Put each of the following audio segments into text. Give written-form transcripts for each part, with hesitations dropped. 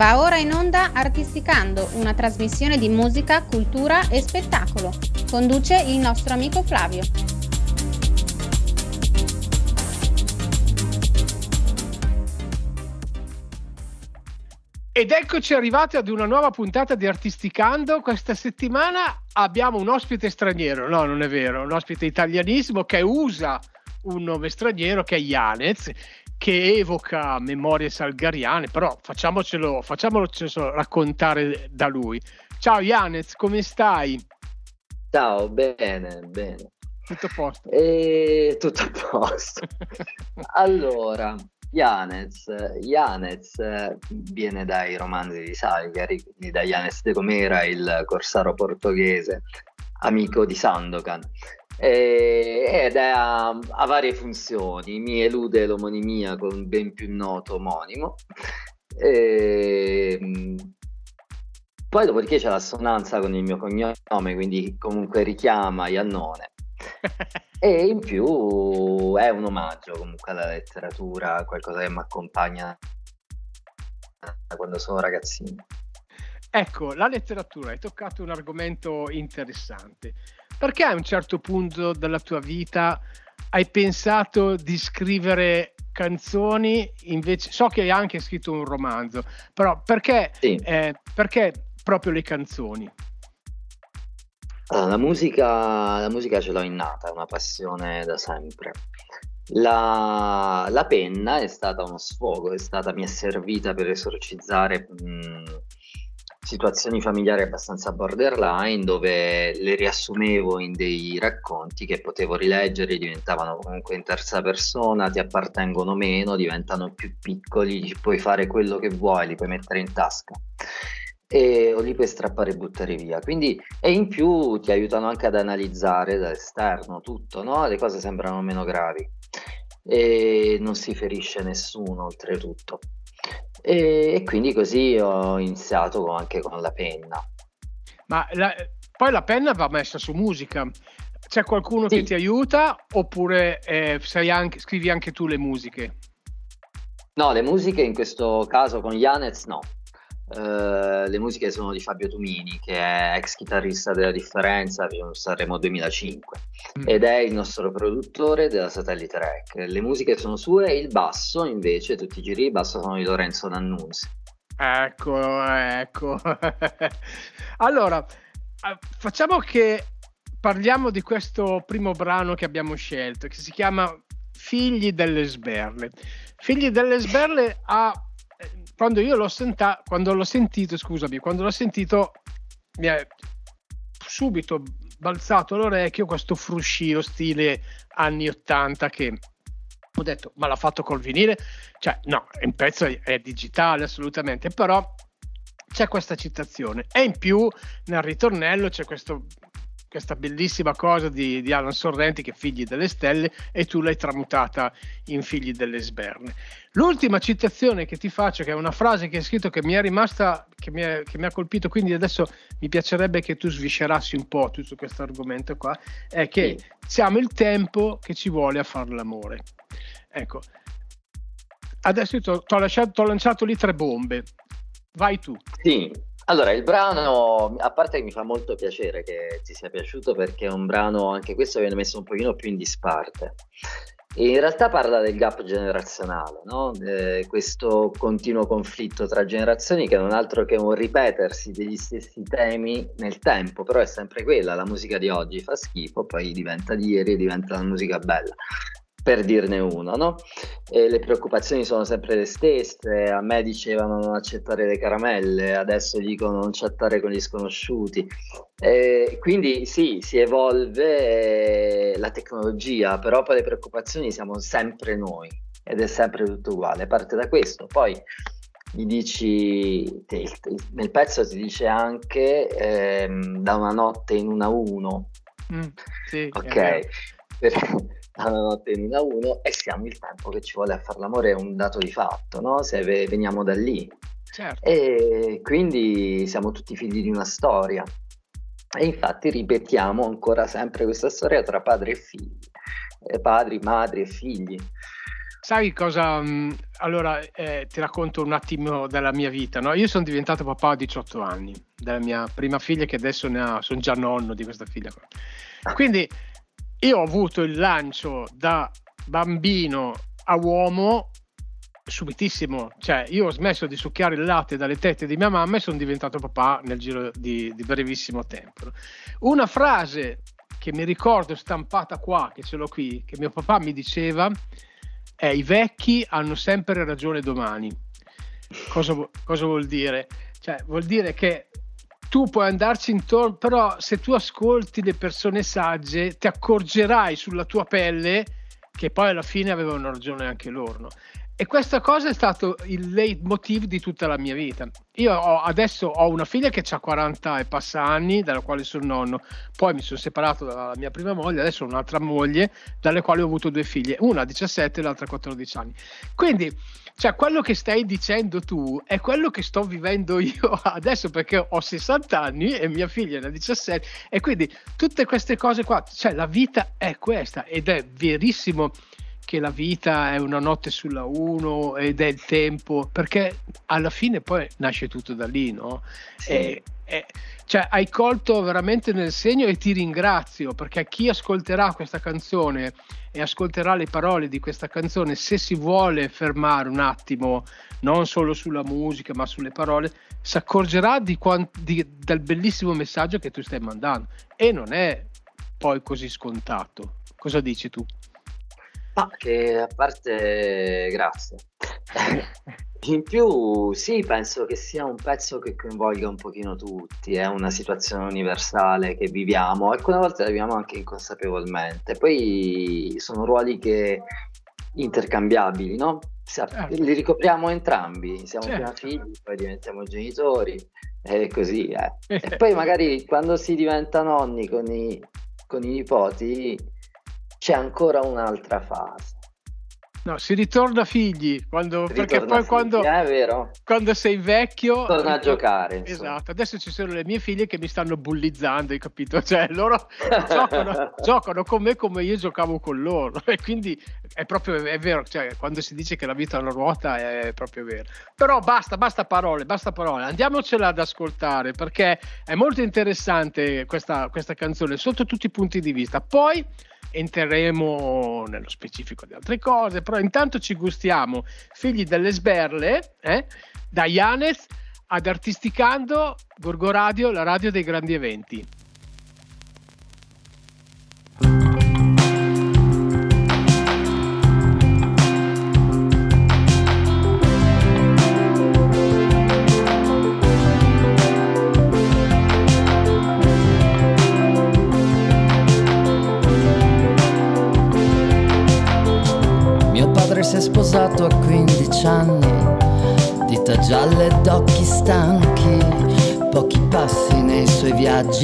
Va ora in onda Artisticando, una trasmissione di musica, cultura e spettacolo. Conduce il nostro amico Flavio. Ed eccoci arrivati ad una nuova puntata di Artisticando. Questa settimana abbiamo un ospite straniero, no, non è vero, un ospite italianissimo che usa un nome straniero, che è Yanez, che evoca memorie salgariane, però facciamocelo raccontare da lui. Ciao Yanez, come stai? Ciao, bene. Tutto a posto? Tutto a posto. Allora, Yanez viene dai romanzi di Salgari, quindi da Yanez de Gomera, il corsaro portoghese, amico di Sandokan. Ed ha varie funzioni, mi elude l'omonimia con un ben più noto omonimo. Poi dopodiché c'è l'assonanza con il mio cognome, quindi comunque richiama Iannone. E in più è un omaggio comunque alla letteratura, qualcosa che mi accompagna da quando sono ragazzino. Ecco, la letteratura, hai toccato un argomento interessante. Perché a un certo punto della tua vita hai pensato di scrivere canzoni, invece so che hai anche scritto un romanzo, però perché, Sì. Perché proprio le canzoni? Allora, la musica ce l'ho innata, è una passione da sempre. La penna è stata uno sfogo, mi è servita per esorcizzare situazioni familiari abbastanza borderline, dove le riassumevo in dei racconti che potevo rileggere, diventavano comunque in terza persona, ti appartengono meno, diventano più piccoli, ci puoi fare quello che vuoi, li puoi mettere in tasca o li puoi strappare e buttare via. Quindi, e in più ti aiutano anche ad analizzare da esterno tutto, no? Le cose sembrano meno gravi e non si ferisce nessuno oltretutto. E quindi così ho iniziato anche con la penna. Ma poi la penna va messa su musica. C'è qualcuno Sì. che ti aiuta oppure scrivi anche tu le musiche? No, le musiche in questo caso con Yanez no. Le musiche sono di Fabio Tumini, che è ex chitarrista della Differenza di Sanremo 2005 ed è il nostro produttore della Satellite Rec. Le musiche sono sue, il basso invece, tutti i giri di basso sono di Lorenzo D'Annunzio. Ecco. Allora, facciamo che parliamo di questo primo brano che abbiamo scelto, che si chiama Figli delle Sberle. Figli delle Sberle quando l'ho sentito mi è subito balzato all'orecchio questo fruscio stile anni 80 che ho detto, ma l'ha fatto col vinile? Cioè, no, il pezzo è digitale assolutamente, però c'è questa citazione e in più nel ritornello c'è questa bellissima cosa di Alan Sorrenti, che è Figli delle Stelle, e tu l'hai tramutata in Figli delle Sberne. L'ultima citazione che ti faccio, che è una frase che hai scritto che mi è rimasta, che mi ha colpito, quindi adesso mi piacerebbe che tu sviscerassi un po' tutto questo argomento qua, è che siamo il tempo che ci vuole a far l'amore. Ecco, adesso t'ho lanciato lì 3 bombe, vai tu. Sì. Allora, il brano, a parte che mi fa molto piacere che ti sia piaciuto, perché è un brano, anche questo viene messo un pochino più in disparte. E in realtà parla del gap generazionale, no? Questo continuo conflitto tra generazioni che non è altro che un ripetersi degli stessi temi nel tempo, però è sempre quella, la musica di oggi fa schifo, poi diventa di ieri e diventa la musica bella. Per dirne uno, no? Le preoccupazioni sono sempre le stesse. A me dicevano non accettare le caramelle, adesso dicono non chattare con gli sconosciuti. Quindi sì, si evolve la tecnologia, però poi le preoccupazioni siamo sempre noi ed è sempre tutto uguale. Parte da questo, poi mi dici, nel pezzo si dice anche da una notte in una 1. Sì, ok, da una notte in una 1, e siamo il tempo che ci vuole a far l'amore, è un dato di fatto, no? Se veniamo da lì. Certo. E quindi siamo tutti figli di una storia. E infatti ripetiamo ancora sempre questa storia tra padri e figli, padri, madri e figli. Sai cosa? Allora, ti racconto un attimo della mia vita, no? Io sono diventato papà a 18 anni, della mia prima figlia, che adesso sono già nonno di questa figlia qua. Quindi io ho avuto il lancio da bambino a uomo subitissimo, cioè io ho smesso di succhiare il latte dalle tette di mia mamma e sono diventato papà nel giro di brevissimo tempo. Una frase che mi ricordo stampata qua, che ce l'ho qui, che mio papà mi diceva è: i vecchi hanno sempre ragione domani. Cosa vuol dire? Cioè, vuol dire che tu puoi andarci intorno, però se tu ascolti le persone sagge ti accorgerai sulla tua pelle che poi alla fine avevano ragione anche loro, no? E questa cosa è stato il leitmotiv di tutta la mia vita. Io adesso ho una figlia che ha 40 e passa anni, dalla quale sono nonno. Poi mi sono separato dalla mia prima moglie, adesso ho un'altra moglie, dalle quali ho avuto 2 figlie, una a 17 e l'altra a 14 anni. Quindi, cioè, quello che stai dicendo tu è quello che sto vivendo io adesso, perché ho 60 anni e mia figlia ne ha 17, e quindi tutte queste cose qua, cioè la vita è questa, ed è verissimo che la vita è una notte sulla uno ed è il tempo, perché alla fine poi nasce tutto da lì, no? Sì. Cioè, hai colto veramente nel segno, e ti ringrazio, perché chi ascolterà questa canzone e ascolterà le parole di questa canzone, se si vuole fermare un attimo, non solo sulla musica ma sulle parole, si accorgerà del bellissimo messaggio che tu stai mandando, e non è poi così scontato. Cosa dici tu? Ma che a parte, grazie. In più, sì, penso che sia un pezzo che coinvolga un pochino tutti, è una situazione universale che viviamo, alcune volte la viviamo anche inconsapevolmente, poi sono ruoli che intercambiabili, no? Li ricopriamo entrambi, siamo prima figli, poi diventiamo genitori, e così è. E poi magari quando si diventa nonni con i nipoti c'è ancora un'altra fase. No, si ritorna figli perché poi è vero. Quando sei vecchio torna a giocare, insomma. Esatto, adesso ci sono le mie figlie che mi stanno bullizzando, hai capito? Cioè loro giocano con me come io giocavo con loro, e quindi è vero, cioè quando si dice che la vita è una ruota è proprio vero. Però basta parole, andiamocela ad ascoltare, perché è molto interessante questa canzone sotto tutti i punti di vista. Poi entreremo nello specifico di altre cose, però intanto ci gustiamo Figli delle Sberle, da Yanez ad Artisticando, Gorgo Radio, la radio dei grandi eventi. Si è sposato a 15 anni, dita gialle ed occhi stanchi, pochi passi nei suoi viaggi,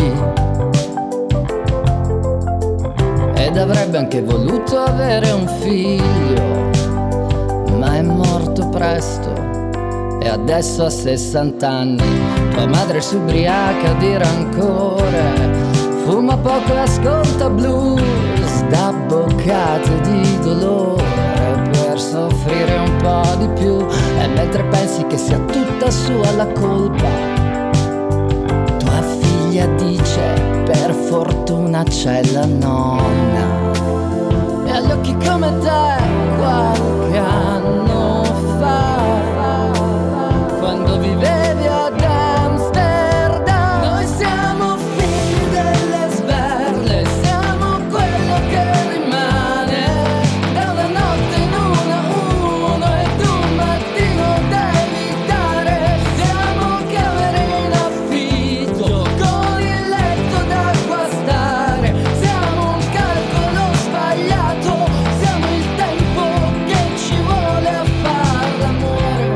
ed avrebbe anche voluto avere un figlio, ma è morto presto e adesso ha 60 anni. Tua madre si ubriaca di rancore, fuma poco e ascolta blues da boccate di dolore per soffrire un po' di più, e mentre pensi che sia tutta sua la colpa, tua figlia dice: per fortuna c'è la nonna, e ha gli occhi come te qualche anno fa, quando vivevi ad Amsterdam. Noi siamo figli delle sberle, siamo quello che rimane da una notte in una uno, ed un mattino devi dare. Siamo camere in affitto con il letto da guastare, siamo un calcolo sbagliato, siamo il tempo che ci vuole a far l'amore.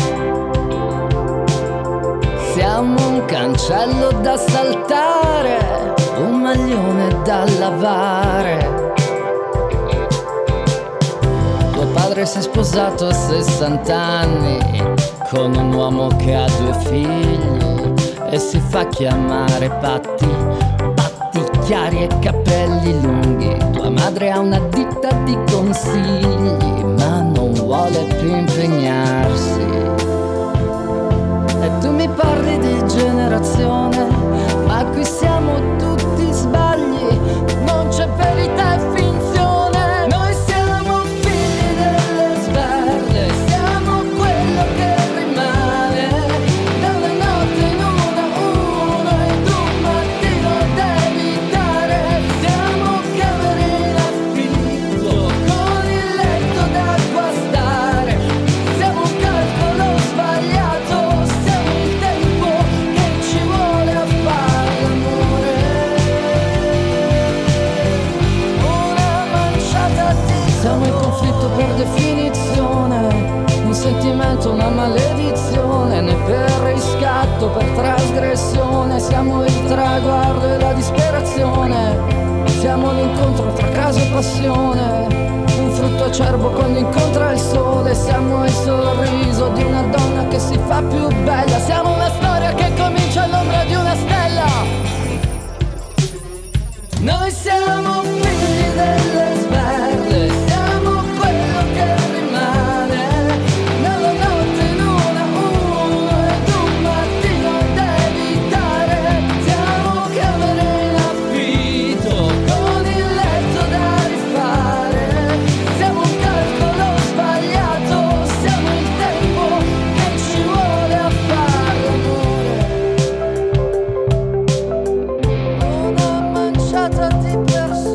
Siamo un cancello da saltare, un maglione da lavare. Tuo padre si è sposato a 60 anni con un uomo che ha 2 figli e si fa chiamare Patti chiari e capelli lunghi. Tua madre ha una ditta di consigli, ma non vuole più impegnarsi. E tu mi parli di generazione, ma qui siamo tutti sbagli, non c'è verità e finzione. Noi siamo figli delle sberle, siamo quello che rimane da una notte in uno ed un mattino da evitare. Siamo camere in affitto con il letto da guastare, siamo un calcolo sbagliato, siamo il tempo che ci vuole a fare l'amore. Una manciata di siamo il conflitto per definizione, un sentimento, una maledizione, né per riscatto, per trasgressione. Siamo il traguardo e la disperazione, siamo l'incontro tra caso e passione, un frutto acerbo quando incontra il sole. Siamo il sorriso di una donna che si fa più bella, siamo una storia che comincia all'ombra di una stella. Noi siamo figli delle sberle, siamo quello che rimane nella notte in uno ed un mattino da evitare. Siamo camere in affitto con il letto da rifare, siamo un calcolo sbagliato, siamo il tempo che ci vuole a fare l'amore. Una manciata di persone.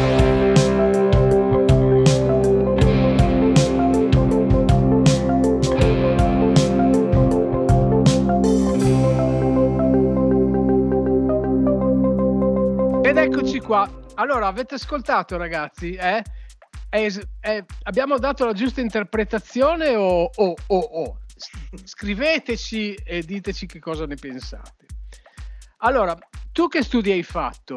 Ed eccoci qua. Allora, avete ascoltato, ragazzi? Abbiamo dato la giusta interpretazione o? Scriveteci e diteci che cosa ne pensate. Allora, tu che studi hai fatto?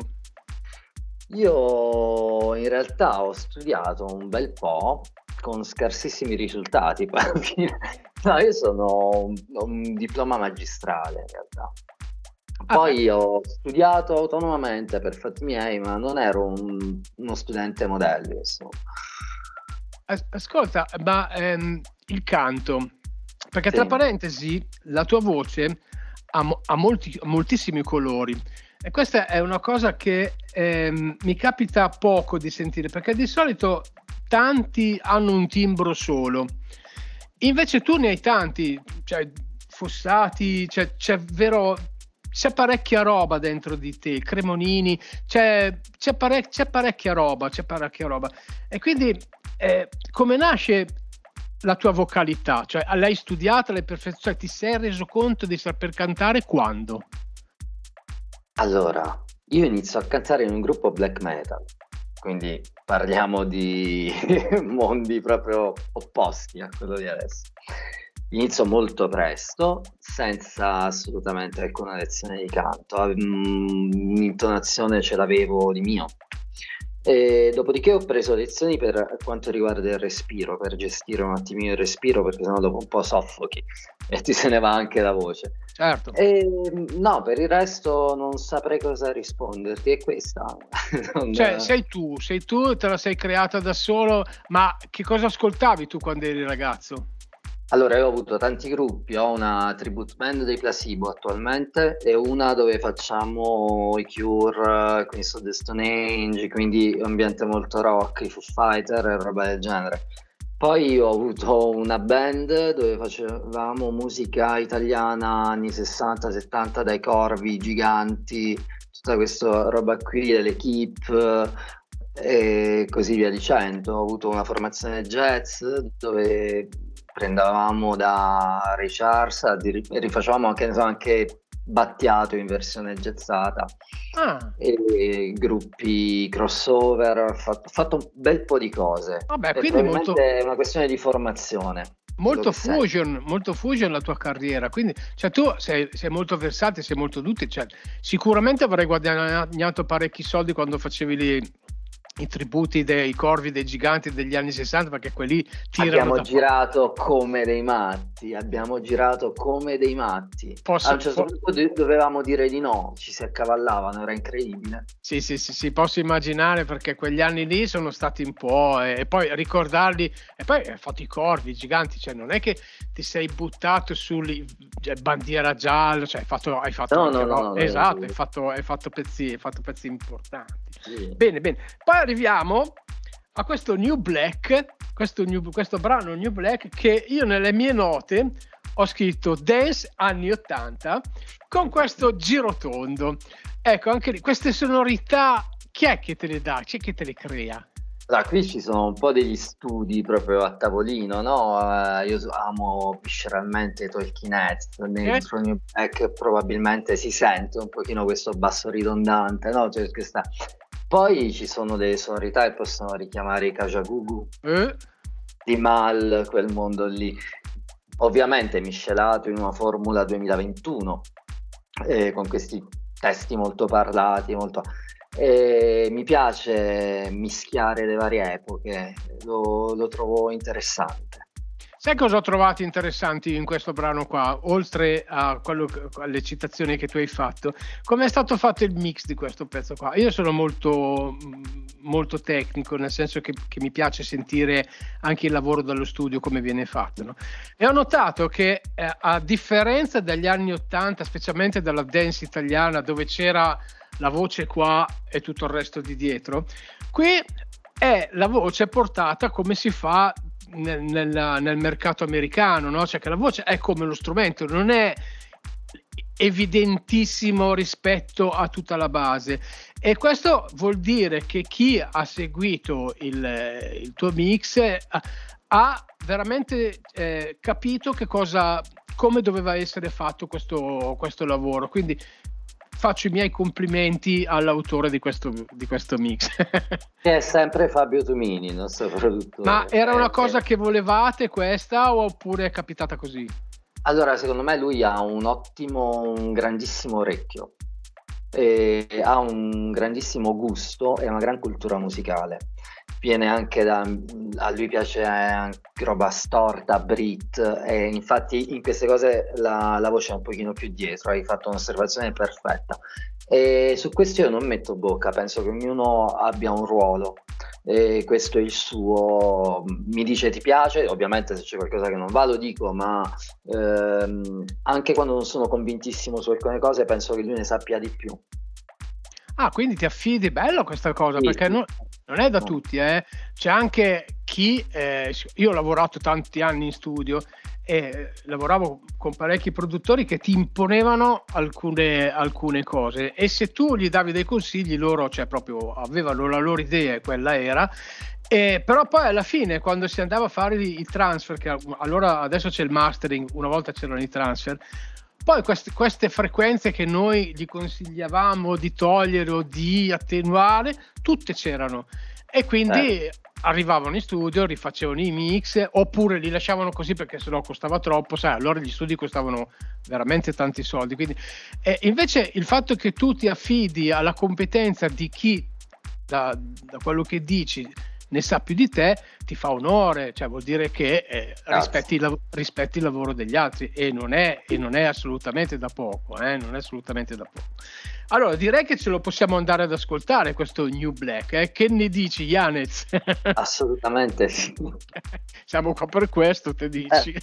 Io in realtà ho studiato un bel po' con scarsissimi risultati, poi alla fine. No, io sono un diploma magistrale in realtà. Poi ho studiato autonomamente per fatti miei, ma non ero uno studente modello, insomma. Ascolta, ma il canto, perché Sì. tra parentesi la tua voce ha moltissimi colori, e questa è una cosa che mi capita poco di sentire, perché di solito tanti hanno un timbro solo, invece tu ne hai tanti, cioè Fossati, c'è parecchia roba dentro di te, Cremonini, c'è parecchia roba, e quindi come nasce la tua vocalità? Cioè, l'hai studiata, cioè, ti sei reso conto di saper cantare quando? Allora, io inizio a cantare in un gruppo black metal, quindi parliamo di mondi proprio opposti a quello di adesso. Inizio molto presto, senza assolutamente alcuna lezione di canto, un'intonazione ce l'avevo di mio. E dopodiché ho preso lezioni per quanto riguarda il respiro, per gestire un attimino il respiro, perché sennò dopo un po' soffochi e ti se ne va anche la voce. Certo. E no, per il resto non saprei cosa risponderti, è questa. Cioè, sei tu, te la sei creata da solo, ma che cosa ascoltavi tu quando eri ragazzo? Allora, io ho avuto tanti gruppi, ho una tribute band dei Placebo attualmente e una dove facciamo i Cure, quindi Soul the Stone Age, quindi ambiente molto rock, i Foo Fighter e roba del genere. Poi ho avuto una band dove facevamo musica italiana anni 60-70, dai Corvi, Giganti, tutta questa roba qui, dell'Equipe e così via dicendo. Ho avuto una formazione jazz dove prendevamo da Ray Charles e rifacevamo anche Battiato in versione jazzata, e gruppi crossover, ho fatto un bel po' di cose. Vabbè, quindi è una questione di formazione. Molto fusion la tua carriera, quindi cioè, tu sei molto versatile, sei molto duttile, cioè, sicuramente avrai guadagnato parecchi soldi quando facevi i tributi dei Corvi, dei Giganti degli anni 60, perché quelli tirano. Abbiamo girato come dei matti. matti, abbiamo girato come dei matti. A un certo punto dovevamo dire di no, ci si accavallavano, era incredibile. Sì, posso immaginare, perché quegli anni lì sono stati un po', e poi ricordarli, e poi hai fatto i corvi giganti, cioè non è che ti sei buttato sulle bandiera gialla, cioè hai fatto no, esatto, hai fatto pezzi importanti. Sì. Bene, poi arriviamo a questo New Black, questo brano New Black, che io nelle mie note ho scritto dance anni 80 con questo girotondo. Ecco, anche lì, queste sonorità, chi è che te le dà? Chi è che te le crea? Allora, qui ci sono un po' degli studi proprio a tavolino, no? Io amo visceralmente Talking Heads, nel New Black probabilmente si sente un pochino questo basso ridondante, no? Cioè, Poi ci sono delle sonorità che possono richiamare i Kajagoogoo, di Mal, quel mondo lì, ovviamente miscelato in una formula 2021, con questi testi molto parlati, mi piace mischiare le varie epoche, lo trovo interessante. Sai cosa ho trovato interessanti in questo brano qua, oltre alle citazioni che tu hai fatto? Come è stato fatto il mix di questo pezzo qua? Io sono molto, molto tecnico, nel senso che mi piace sentire anche il lavoro dallo studio, come viene fatto, no? E ho notato che a differenza degli anni 80, specialmente della dance italiana, dove c'era la voce qua e tutto il resto di dietro, qui è la voce portata come si fa nel mercato americano, no? Cioè che la voce è come lo strumento, non è evidentissimo rispetto a tutta la base, e questo vuol dire che chi ha seguito il tuo mix ha veramente capito come doveva essere fatto questo lavoro, quindi faccio i miei complimenti all'autore di questo mix. Che è sempre Fabio Tumini, il nostro produttore. Ma era una cosa che volevate questa, oppure è capitata così? Allora, secondo me lui ha un grandissimo orecchio, ha un grandissimo gusto e una gran cultura musicale. Viene anche a lui piace anche roba storta, Brit, e infatti in queste cose la voce è un pochino più dietro. Hai fatto un'osservazione perfetta, e su questo io non metto bocca, penso che ognuno abbia un ruolo, e questo è il suo. Mi dice ti piace, ovviamente se c'è qualcosa che non va lo dico, ma anche quando non sono convintissimo su alcune cose penso che lui ne sappia di più. Quindi ti affidi, bello questa cosa, sì, perché sì. Non è da tutti, c'è anche chi, io ho lavorato tanti anni in studio e lavoravo con parecchi produttori che ti imponevano alcune cose, e se tu gli davi dei consigli loro, cioè proprio avevano la loro idea e quella era, però poi alla fine quando si andava a fare i transfer, che allora adesso c'è il mastering, una volta c'erano i transfer, poi queste frequenze che noi gli consigliavamo di togliere o di attenuare, tutte c'erano, e quindi arrivavano in studio, rifacevano i mix, oppure li lasciavano così perché sennò costava troppo, sai, allora gli studi costavano veramente tanti soldi. Quindi invece il fatto che tu ti affidi alla competenza di chi, da quello che dici, ne sa più di te, ti fa onore, cioè vuol dire che rispetti il lavoro degli altri, e non è assolutamente da poco, non è assolutamente da poco. Allora direi che ce lo possiamo andare ad ascoltare questo New Black, che ne dici, Yanez? Assolutamente sì. Siamo qua per questo, te dici.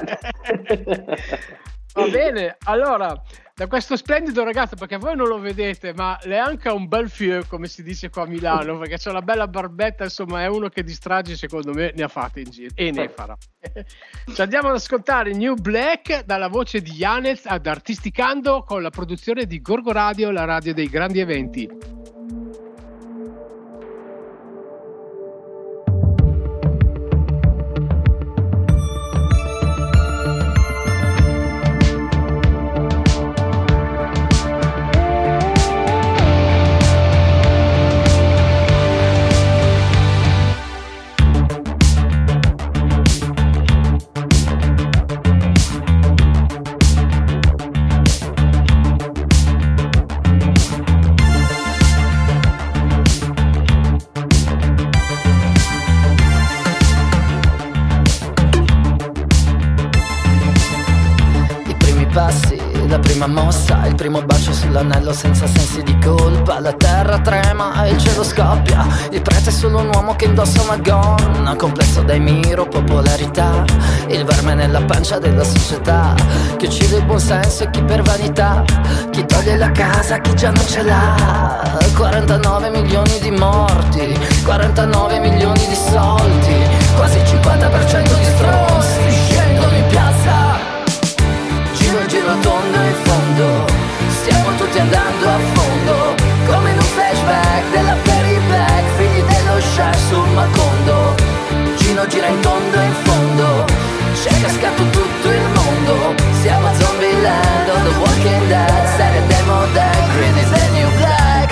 Va bene, allora da questo splendido ragazzo, perché voi non lo vedete, ma le ha anche un bel fieu, come si dice qua a Milano, perché c'ha una bella barbetta, insomma è uno che di stragi secondo me ne ha fatte in giro, e ne farà. Ci andiamo ad ascoltare New Black dalla voce di Yanez ad Artisticando, con la produzione di Gorgo Radio, la radio dei grandi eventi. passi, la prima mossa, il primo bacio sull'anello senza sensi di colpa. La terra trema e il cielo scoppia. Il prete è solo un uomo che indossa una gonna, complesso dai miro, popolarità. Il verme nella pancia della società, che uccide il buon senso e chi per vanità, chi toglie la casa, chi già non ce l'ha. 49 milioni di morti, 49 milioni di soldi, quasi il 50% di stronzi scendono in piazza. Giro giro tondo in fondo, stiamo tutti andando a fondo, come in un flashback della Perry Black, figli dello Shah sul Macondo. Gino gira in tondo in fondo, c'è cascato tutto il mondo, siamo a Zombieland, on The Walking Dead, serie demo deck, green is the new black.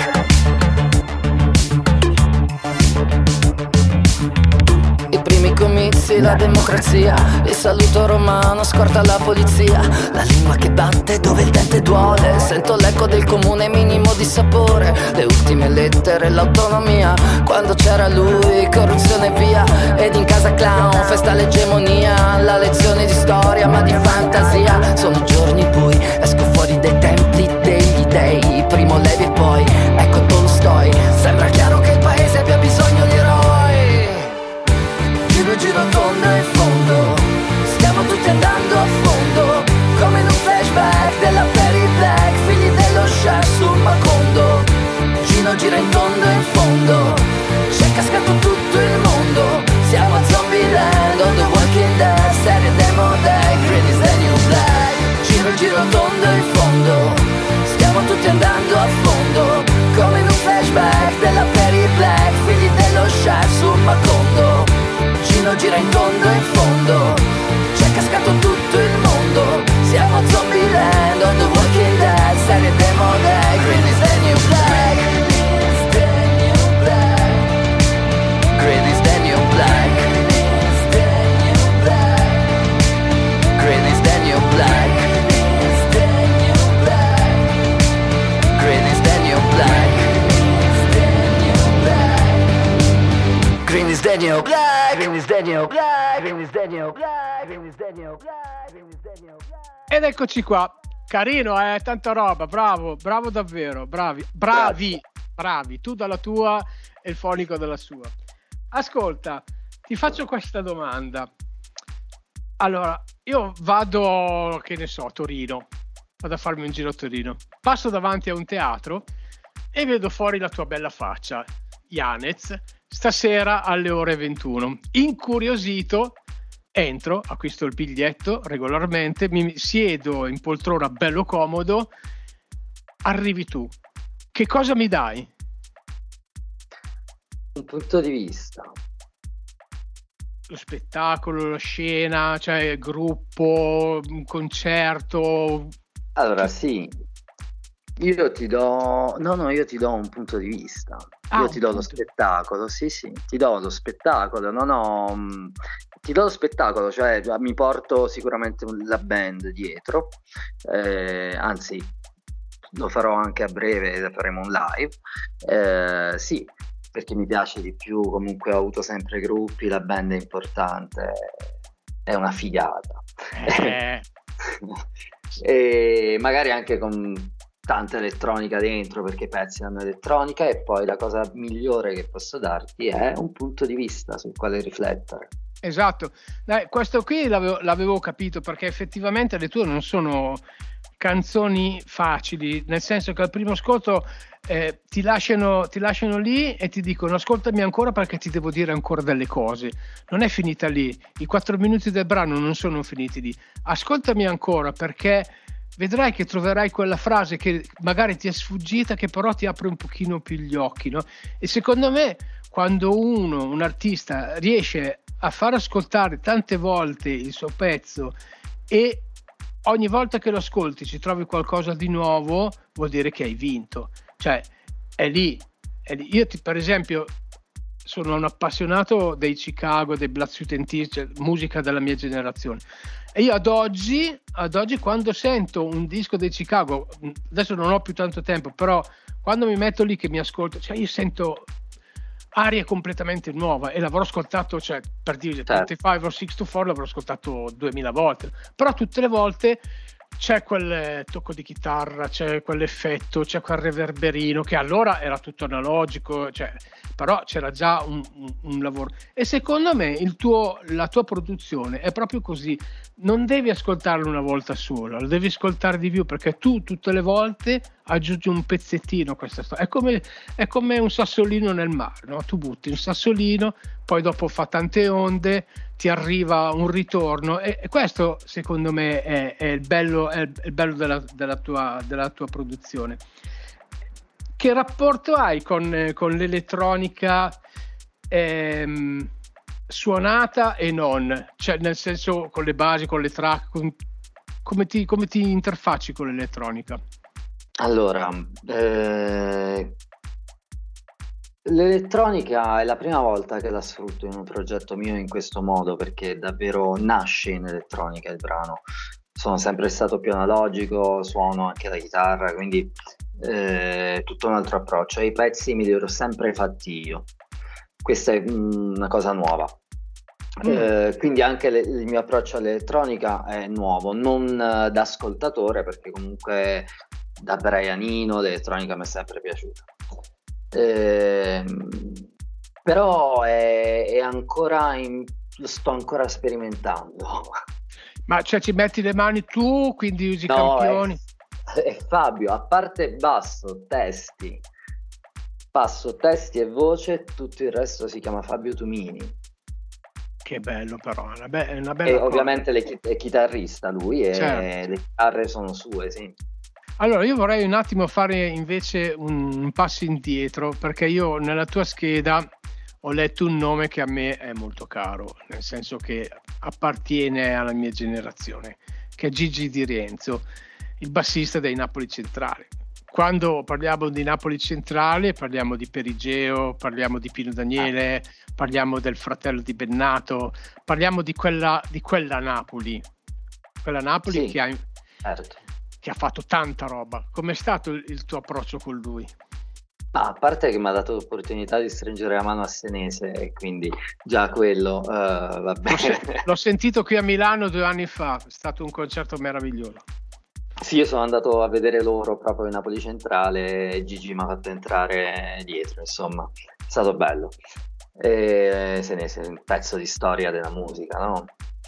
I primi comizi, la democrazia, il saluto romano, scorta la polizia, la lingua che batte dove il dente duole, sento l'eco del comune minimo di sapore, le ultime lettere, l'autonomia, quando c'era lui, corruzione via, ed in casa clown, festa l'egemonia, la lezione di storia ma di fantasia, sono giorni bui, esco fuori dai templi degli dei, primo Levi e poi, ecco Tolstoi, sembra chiaro che il paese abbia bisogno di eroi. Giro giro tondo in fondo, stiamo tutti andando a fondo, come in un flashback della Perry Black, figli dello Shah sul Macondo. Gino gira in tondo in fondo, c'è cascato tutto il mondo, siamo a Zombieland, on The Walking Dead, serie demo day, green is the new black. Giro giro tondo in fondo, stiamo tutti andando a fondo, come in un flashback della Perry Black, figli dello Shah sul Macondo. Gino gira in tondo in fondo, c'è cascato tutto il mondo, siamo a Zombieland, on The Walking Dead, serie demo day, green is the new black. Green is the new black. Green is the new black. Green is the new black. Green is the new black. Green is the new black. Green is the new black. Green is the new black. Green is the new black. Ed eccoci qua, carino, tanta roba, bravo davvero, bravi, tu dalla tua e il fonico dalla sua. Ascolta, ti faccio questa domanda. Allora, io vado, che ne so, a Torino, vado a farmi un giro a Torino, passo davanti a un teatro e vedo fuori la tua bella faccia, Yanez, stasera alle ore 21. Incuriosito, entro, acquisto il biglietto regolarmente, mi siedo in poltrona bello comodo, arrivi tu. Che cosa mi dai? Un punto di vista. Lo spettacolo, la scena, cioè il gruppo, un concerto. Allora sì, io ti do un punto di vista. Io ti do lo spettacolo, sì, ti do lo spettacolo, ti do lo spettacolo, cioè mi porto sicuramente la band dietro, anzi lo farò anche a breve, faremo un live, sì, perché mi piace di più, comunque ho avuto sempre gruppi, la band è importante, è una figata. E magari anche con tanta elettronica dentro, perché i pezzi hanno elettronica, e poi la cosa migliore che posso darti è un punto di vista sul quale riflettere. Esatto, questo qui l'avevo capito, perché effettivamente le tue non sono canzoni facili, nel senso che al primo ascolto ti lasciano lì e ti dicono ascoltami ancora perché ti devo dire ancora delle cose, non è finita lì, i 4 minuti del brano non sono finiti lì, ascoltami ancora perché vedrai che troverai quella frase che magari ti è sfuggita, che però ti apre un pochino più gli occhi, no? E secondo me quando un artista riesce a far ascoltare tante volte il suo pezzo e ogni volta che lo ascolti ci trovi qualcosa di nuovo, vuol dire che hai vinto, cioè è lì. Io per esempio sono un appassionato dei Chicago, dei Blood, Sweat and Tears, cioè musica della mia generazione, e io ad oggi quando sento un disco dei Chicago, adesso non ho più tanto tempo, però quando mi metto lì che mi ascolto, cioè io sento aria completamente nuova, e l'avrò ascoltato, cioè per dire 25 o 6 to 4 l'avrò ascoltato 2000 volte, però tutte le volte c'è quel tocco di chitarra, c'è quell'effetto, c'è quel reverberino che allora era tutto analogico, cioè, però c'era già un lavoro. E secondo me la tua produzione è proprio così, non devi ascoltarlo una volta sola, lo devi ascoltare di più, perché tu tutte le volte aggiungi un pezzettino a questa storia. È come un sassolino nel mare, no? Tu butti un sassolino, poi dopo fa tante onde, ti arriva un ritorno, e questo secondo me è il bello, della tua produzione. Che rapporto hai con l'elettronica suonata e non? Cioè, nel senso, con le basi, con le track, come ti interfacci con l'elettronica? Allora, l'elettronica è la prima volta che la sfrutto in un progetto mio in questo modo, perché davvero nasce in elettronica il brano. Sono sempre stato più analogico, suono anche la chitarra, quindi tutto un altro approccio. I pezzi mi li ero sempre fatti io. Questa è una cosa nuova. Quindi anche il mio approccio all'elettronica è nuovo, non da ascoltatore, perché comunque da Brianino l'elettronica mi è sempre piaciuta. Però è ancora sto ancora sperimentando. Ma cioè ci metti le mani tu, quindi usi campioni? È Fabio, a parte basso, testi e voce, tutto il resto si chiama Fabio Tumini. Che bello, però, è una bella e cosa. Ovviamente è chitarrista lui, e certo. Le chitarre sono sue, sì. Allora, io vorrei un attimo fare invece un passo indietro, perché io nella tua scheda ho letto un nome che a me è molto caro, nel senso che appartiene alla mia generazione, che è Gigi Di Rienzo, il bassista dei Napoli Centrali. Quando parliamo di Napoli Centrale parliamo di Perigeo, parliamo di Pino Daniele, parliamo del fratello di Bennato, parliamo di quella Napoli, sì, che ha fatto tanta roba. Com'è stato il tuo approccio con lui? A parte che mi ha dato l'opportunità di stringere la mano a Senese, e quindi già quello va bene. L'ho sentito qui a Milano 2 anni fa, è stato un concerto meraviglioso. Sì, io sono andato a vedere loro proprio in Napoli Centrale e Gigi mi ha fatto entrare dietro, insomma, è stato bello. E Senese è un pezzo di storia della musica, no?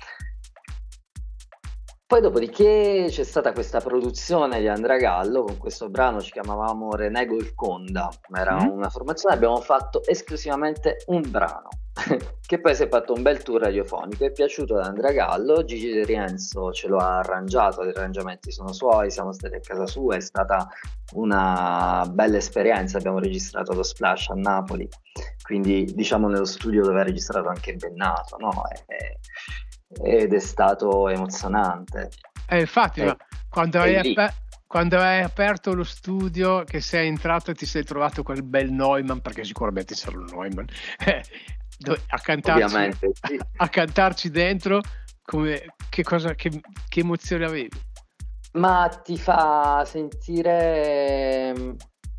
Poi dopodiché c'è stata questa produzione di Andrea Gallo, con questo brano ci chiamavamo Renego il Conda, era una formazione, abbiamo fatto esclusivamente un brano, che poi si è fatto un bel tour radiofonico, è piaciuto ad Andrea Gallo, Gigi Di Rienzo ce lo ha arrangiato, gli arrangiamenti sono suoi, siamo stati a casa sua, è stata una bella esperienza, abbiamo registrato lo Splash a Napoli, quindi diciamo nello studio dove ha registrato anche Bennato, no? Ed è stato emozionante. Infatti, quando hai aperto lo studio, che sei entrato e ti sei trovato quel bel Neumann, perché sicuramente sarà un Neumann, a cantarci dentro, che emozione avevi? Ma ti fa sentire un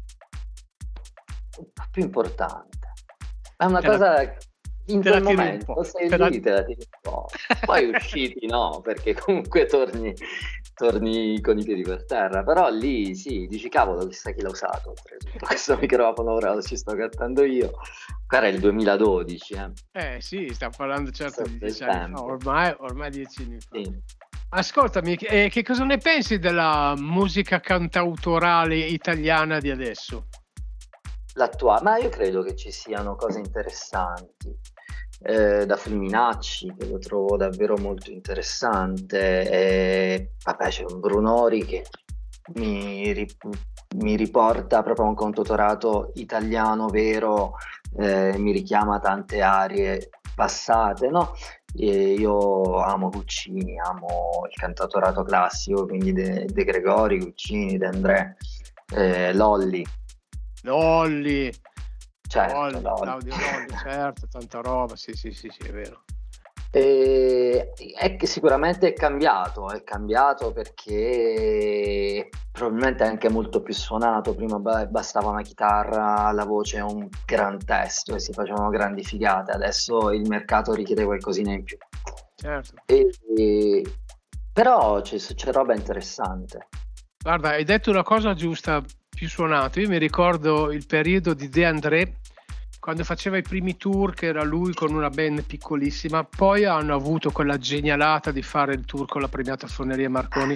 po' più importante. È una cosa... In quel momento sei lì, te la tiri un po'. Poi usciti no, perché comunque torni con i piedi per terra, però lì sì, dici cavolo, chissà chi l'ha usato, questo microfono ora ci sto cantando io. Qua era il 2012 sì, stiamo parlando certo di 10 anni fa, ormai 10 anni fa. Sì. Ascoltami, che cosa ne pensi della musica cantautorale italiana di adesso? L'attuale, ma io credo che ci siano cose interessanti, da Fulminacci, che lo trovo davvero molto interessante, vabbè c'è un Brunori che mi riporta proprio a un cantautorato italiano vero, mi richiama tante arie passate, no? E io amo Guccini, amo il cantautorato classico, quindi De Gregori, Guccini, De André, Lolli, certo, Claudio Lolli, certo, tanta roba, sì, è vero. È che sicuramente è cambiato perché probabilmente è anche molto più suonato. Prima bastava una chitarra, la voce e un gran testo e si facevano grandi figate. Adesso il mercato richiede qualcosina in più. Certo. Però c'è roba interessante. Guarda, hai detto una cosa giusta, più suonato. Io mi ricordo il periodo di De André, quando faceva i primi tour, che era lui con una band piccolissima, poi hanno avuto quella genialata di fare il tour con la premiata Suoneria Marconi.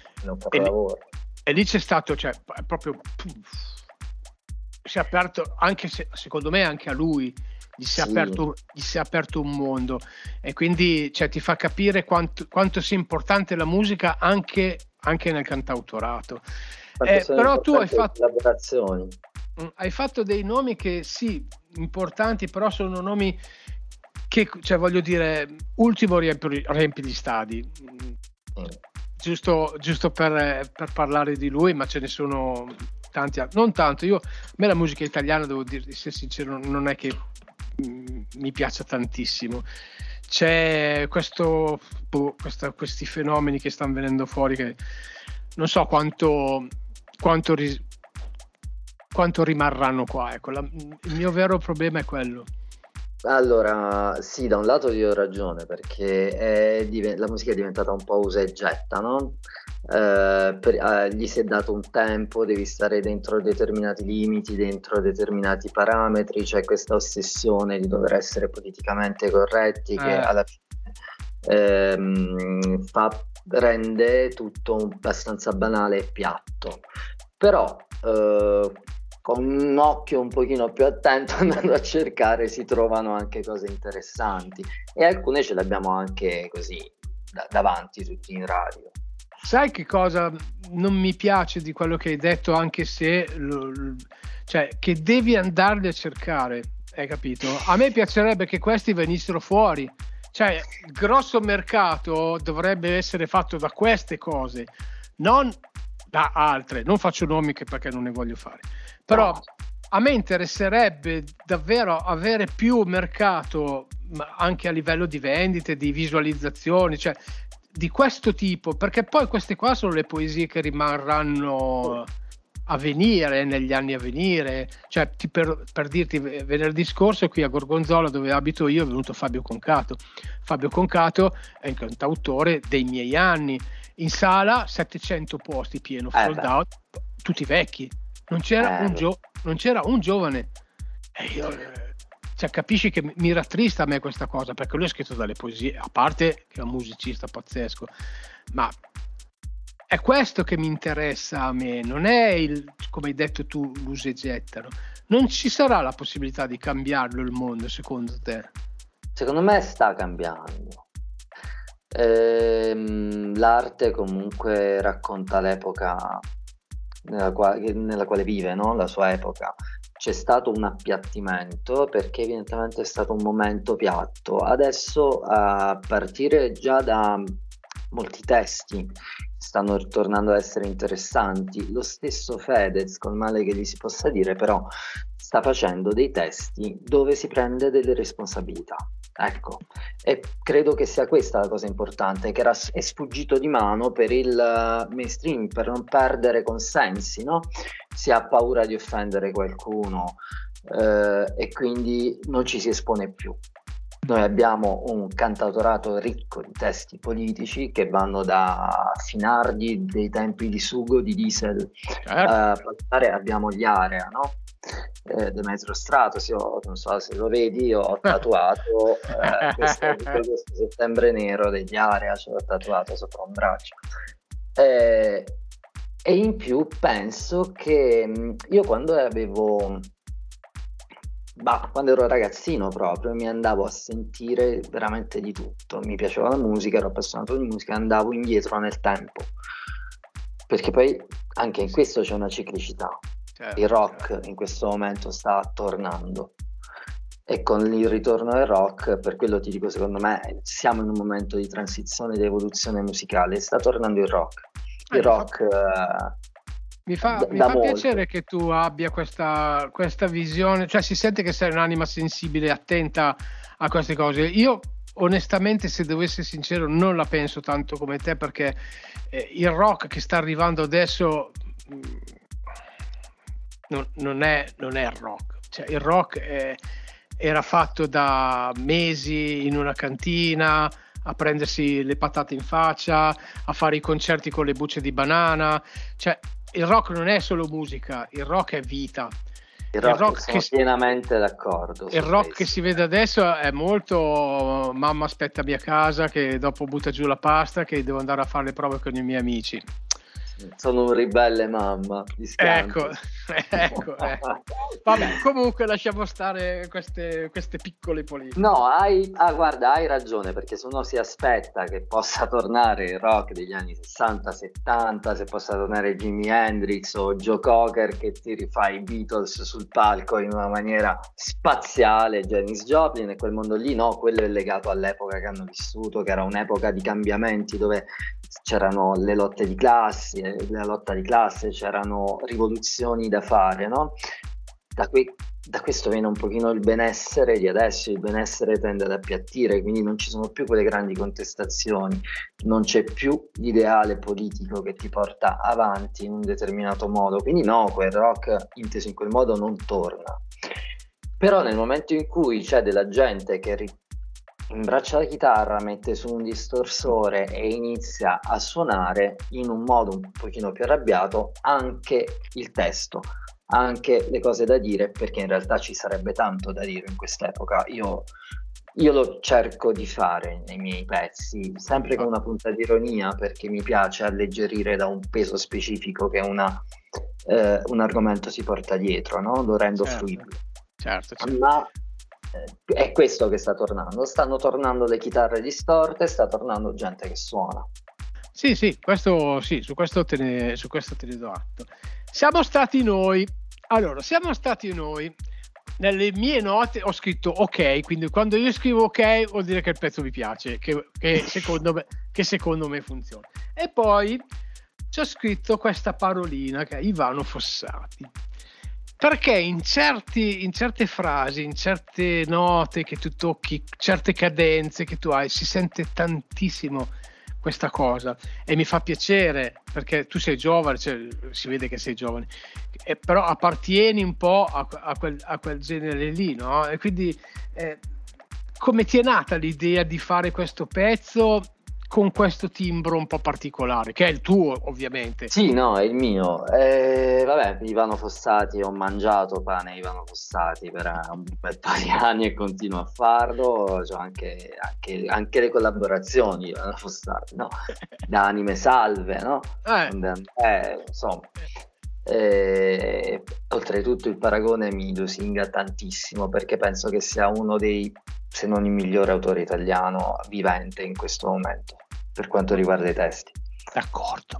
E lì c'è stato, cioè, proprio si è aperto, anche secondo me anche a lui gli si è aperto un mondo, e quindi, cioè, ti fa capire quanto sia importante la musica anche nel cantautorato. Però tu hai fatto dei nomi che sì, importanti, però sono nomi che, cioè, voglio dire, ultimo riempi gli stadi. Giusto per parlare di lui, ma ce ne sono tanti altri. Non tanto, a me la musica italiana, devo dire, essere sincero, non è che mi piaccia tantissimo. C'è questi fenomeni che stanno venendo fuori, che non so quanto rimarranno qua, ecco. Il mio vero problema è quello. Allora, sì, da un lato io ho ragione, perché la musica è diventata un po' usa e getta, no? Gli si è dato un tempo, devi stare dentro determinati limiti, dentro determinati parametri, c'è questa ossessione di dover essere politicamente corretti che alla fine rende tutto abbastanza banale e piatto. Però con un occhio un pochino più attento, andando a cercare, si trovano anche cose interessanti, e alcune ce le abbiamo anche così davanti tutti in radio. Sai che cosa non mi piace di quello che hai detto, anche se cioè, che devi andarli a cercare, hai capito? A me piacerebbe che questi venissero fuori, cioè il grosso mercato dovrebbe essere fatto da queste cose, non da altre. Non faccio nomi, perché non ne voglio fare, però a me interesserebbe davvero avere più mercato, anche a livello di vendite, di visualizzazioni, cioè di questo tipo, perché poi queste qua sono le poesie che rimarranno a venire negli anni a venire. Cioè, per dirti, venerdì scorso qui a Gorgonzola, dove abito io, è venuto Fabio Concato. Fabio Concato è un cantautore dei miei anni, in sala 700 posti, pieno, sold out, tutti vecchi, non c'era un giovane, e io, cioè, capisci che mi rattrista a me questa cosa, perché lui ha scritto delle poesie, a parte che è un musicista pazzesco, ma è questo che mi interessa a me, non è come hai detto tu, l'usa e gettano. Non ci sarà la possibilità di cambiarlo il mondo, secondo te? Secondo me sta cambiando. L'arte comunque racconta l'epoca nella quale vive, no? La sua epoca. C'è stato un appiattimento, perché evidentemente è stato un momento piatto. Adesso, a partire già da molti testi, stanno tornando ad essere interessanti. Lo stesso Fedez, col male che gli si possa dire, però sta facendo dei testi dove si prende delle responsabilità. Ecco, e credo che sia questa la cosa importante, che è sfuggito di mano per il mainstream, per non perdere consensi, no? Si ha paura di offendere qualcuno, e quindi non ci si espone più. Noi abbiamo un cantautorato ricco di testi politici che vanno da Finardi, dei tempi di Sugo, di Diesel, abbiamo gli Area, no? Demetrio Stratos, io non so se lo vedi, io ho tatuato questo settembre nero degli Area, ce l'ho tatuato sopra un braccio, e in più penso che io quando ero ragazzino proprio, mi andavo a sentire veramente di tutto, mi piaceva la musica, ero appassionato di musica, andavo indietro nel tempo, perché poi anche in questo c'è una ciclicità. Il rock in questo momento sta tornando, e con il ritorno del rock, per quello ti dico, secondo me siamo in un momento di transizione, di evoluzione musicale, sta tornando il rock. Mi fa piacere che tu abbia questa visione, cioè si sente che sei un'anima sensibile, attenta a queste cose. Io onestamente, se devo essere sincero, non la penso tanto come te, perché il rock che sta arrivando adesso non è il rock, cioè il rock era fatto da mesi in una cantina a prendersi le patate in faccia, a fare i concerti con le bucce di banana. Cioè, il rock non è solo musica, il rock è vita. Il rock sono pienamente d'accordo. Il rock che si vede adesso è molto mamma aspettami a casa che dopo butta giù la pasta che devo andare a fare le prove con i miei amici. Sono un ribelle mamma. Ecco. Vabbè, comunque lasciamo stare queste piccole polemiche. No, guarda, hai ragione, perché se uno si aspetta che possa tornare il rock degli anni 60-70, se possa tornare Jimi Hendrix o Joe Cocker che ti rifà i Beatles sul palco in una maniera spaziale, Janis Joplin e quel mondo lì, no, quello è legato all'epoca che hanno vissuto, che era un'epoca di cambiamenti dove c'erano le lotte di classe, c'erano rivoluzioni da fare, no? Da questo viene un pochino il benessere di adesso, il benessere tende ad appiattire, quindi non ci sono più quelle grandi contestazioni, non c'è più l'ideale politico che ti porta avanti in un determinato modo, quindi no, quel rock inteso in quel modo non torna. Però nel momento in cui c'è della gente che imbraccia la chitarra, mette su un distorsore e inizia a suonare in un modo un pochino più arrabbiato anche il testo, anche le cose da dire, perché in realtà ci sarebbe tanto da dire in quest'epoca. Io lo cerco di fare nei miei pezzi, sempre con una punta di ironia, perché mi piace alleggerire da un peso specifico che un argomento si porta dietro, no? Lo rendo fruibile. Certo. Ma è questo che sta tornando. Stanno tornando le chitarre distorte, sta tornando gente che suona. Sì, questo sì, su questo te ne do atto. Siamo stati noi. Nelle mie note ho scritto ok, quindi quando io scrivo ok vuol dire che il pezzo mi piace, che secondo me funziona. E poi ci ho scritto questa parolina che è Ivano Fossati. Perché in certe frasi, in certe note che tu tocchi, certe cadenze che tu hai, si sente tantissimo questa cosa e mi fa piacere perché tu sei giovane, cioè, si vede che sei giovane, però appartieni un po' a quel genere lì, no? E quindi come ti è nata l'idea di fare questo pezzo con questo timbro un po' particolare, che è il tuo ovviamente? Sì, no, è il mio. Vabbè, Ivano Fossati, ho mangiato pane Ivano Fossati per un bel po' di anni e continuo a farlo. C'ho anche le collaborazioni Ivano Fossati, no? Da Anime Salve, no? Insomma. Oltretutto il paragone mi lusinga tantissimo perché penso che sia uno dei, se non il migliore autore italiano vivente in questo momento per quanto riguarda i testi. D'accordo.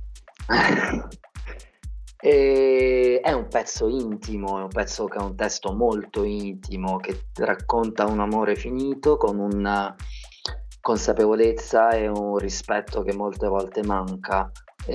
E è un pezzo intimo, è un pezzo che ha un testo molto intimo che racconta un amore finito con una consapevolezza e un rispetto che molte volte manca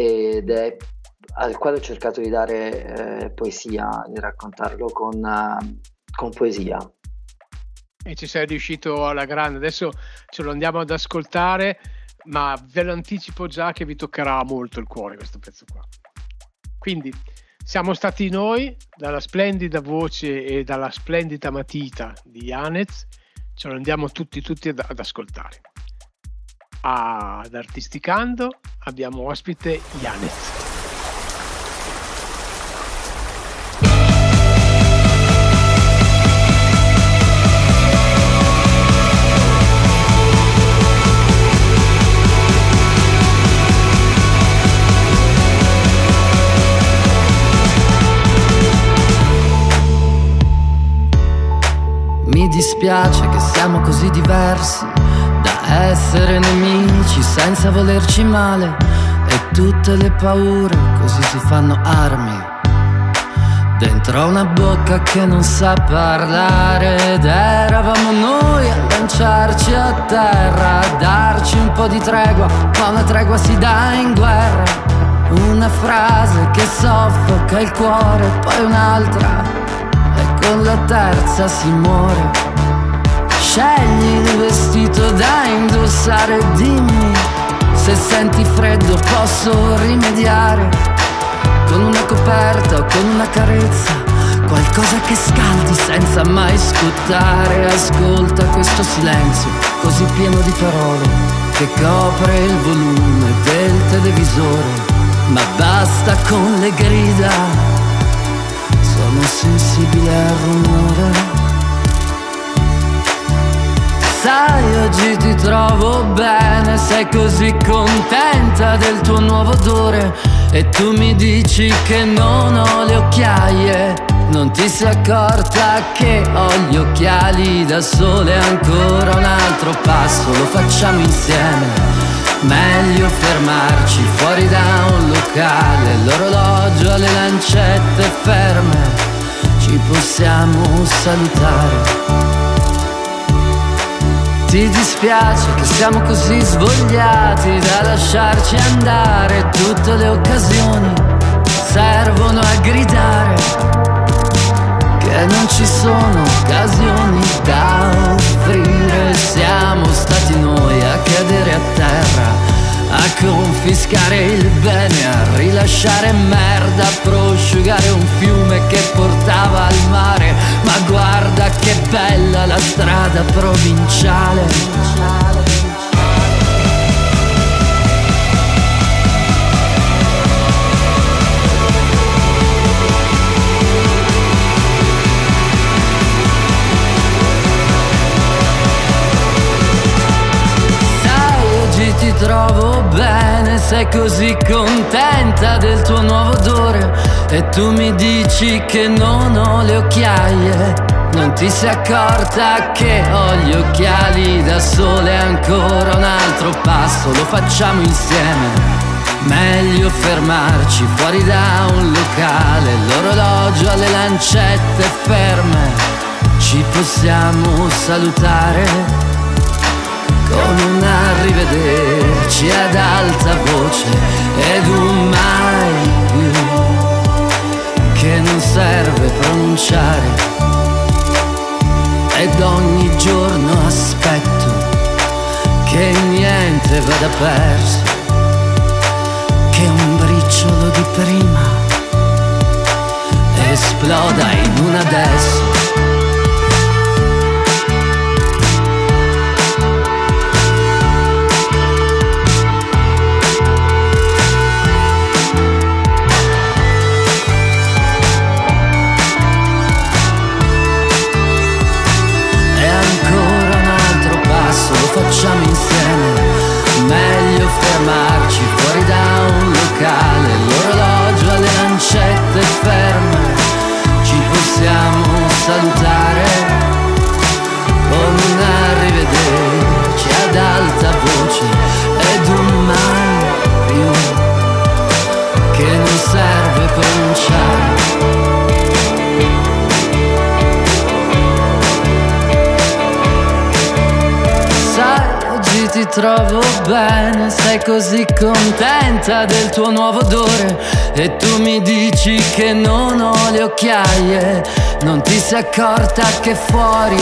al quale ho cercato di dare poesia, di raccontarlo con poesia. E ci sei riuscito alla grande. Adesso ce lo andiamo ad ascoltare, ma ve lo anticipo già che vi toccherà molto il cuore questo pezzo qua. Quindi siamo stati noi, dalla splendida voce e dalla splendida matita di Yanez, ce lo andiamo tutti ad ascoltare. Ad Artisticando abbiamo ospite Yanez. Mi dispiace che siamo così diversi da essere nemici senza volerci male, e tutte le paure così si fanno armi dentro una bocca che non sa parlare. Ed eravamo noi a lanciarci a terra, a darci un po' di tregua, ma una tregua si dà in guerra. Una frase che soffoca il cuore, poi un'altra, con la terza si muore. Scegli il vestito da indossare, dimmi se senti freddo posso rimediare con una coperta o con una carezza, qualcosa che scaldi senza mai scottare. Ascolta questo silenzio così pieno di parole che copre il volume del televisore, ma basta con le grida, sono sensibile al rumore. Sai, oggi ti trovo bene, sei così contenta del tuo nuovo odore, e tu mi dici che non ho le occhiaie. Non ti sei accorta che ho gli occhiali da sole, ancora un altro passo, lo facciamo insieme. Meglio fermarci fuori da un locale, l'orologio alle lancette ferme, ci possiamo salutare. Ti dispiace che siamo così svogliati da lasciarci andare, tutte le occasioni servono a gridare che non ci sono occasioni da offrire. Siamo stati noi a cadere a terra, a confiscare il bene, a rilasciare merda, a prosciugare un fiume che portava al mare. Ma guarda che bella la strada provinciale. Ti trovo bene, sei così contenta del tuo nuovo odore, e tu mi dici che non ho le occhiaie. Non ti sei accorta che ho gli occhiali da sole, ancora un altro passo, lo facciamo insieme. Meglio fermarci fuori da un locale, l'orologio alle lancette ferme, ci possiamo salutare con un arrivederci ad alta voce ed un mai più che non serve pronunciare. Ed ogni giorno aspetto che niente vada perso, che un briciolo di prima esploda in un adesso. Facciamo insieme, meglio fermarci fuori da un locale, l'orologio alle lancette ferme, ci possiamo salutare con un arrivederci ad alta voce ed un mai più che non serve pronunciare. Ti trovo bene, sei così contenta del tuo nuovo odore, e tu mi dici che non ho le occhiaie. Non ti sei accorta che fuori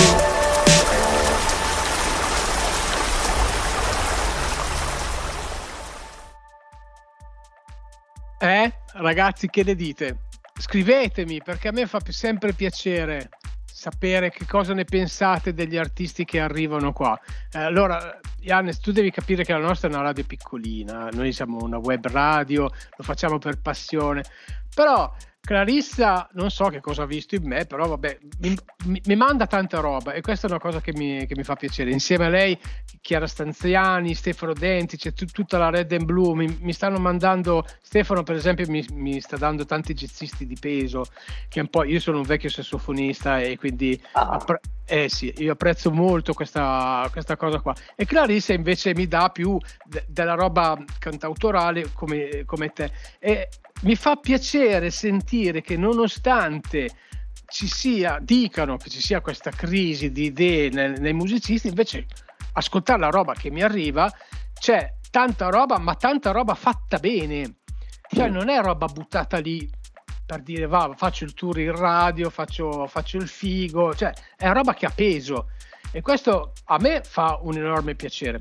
ragazzi, che ne dite? Scrivetemi, perché a me fa sempre piacere sapere che cosa ne pensate degli artisti che arrivano qua. Allora, Yannis, tu devi capire che la nostra è una radio piccolina, noi siamo una web radio, lo facciamo per passione, però Clarissa non so che cosa ha visto in me, però vabbè, mi manda tanta roba, e questa è una cosa che mi fa piacere. Insieme a lei Chiara Stanziani, Stefano Denti, c'è tutta la Red and Blue, mi stanno mandando. Stefano per esempio mi sta dando tanti jazzisti di peso, che un po', io sono un vecchio sassofonista e quindi sì, io apprezzo molto questa cosa qua, e Clarissa invece mi dà più della roba cantautorale come te, e mi fa piacere sentire che nonostante dicano che ci sia questa crisi di idee nei musicisti, invece ascoltare la roba che mi arriva, c'è tanta roba, ma tanta roba fatta bene, cioè non è roba buttata lì per dire faccio il tour in radio, faccio il figo, cioè è roba che ha peso, e questo a me fa un enorme piacere.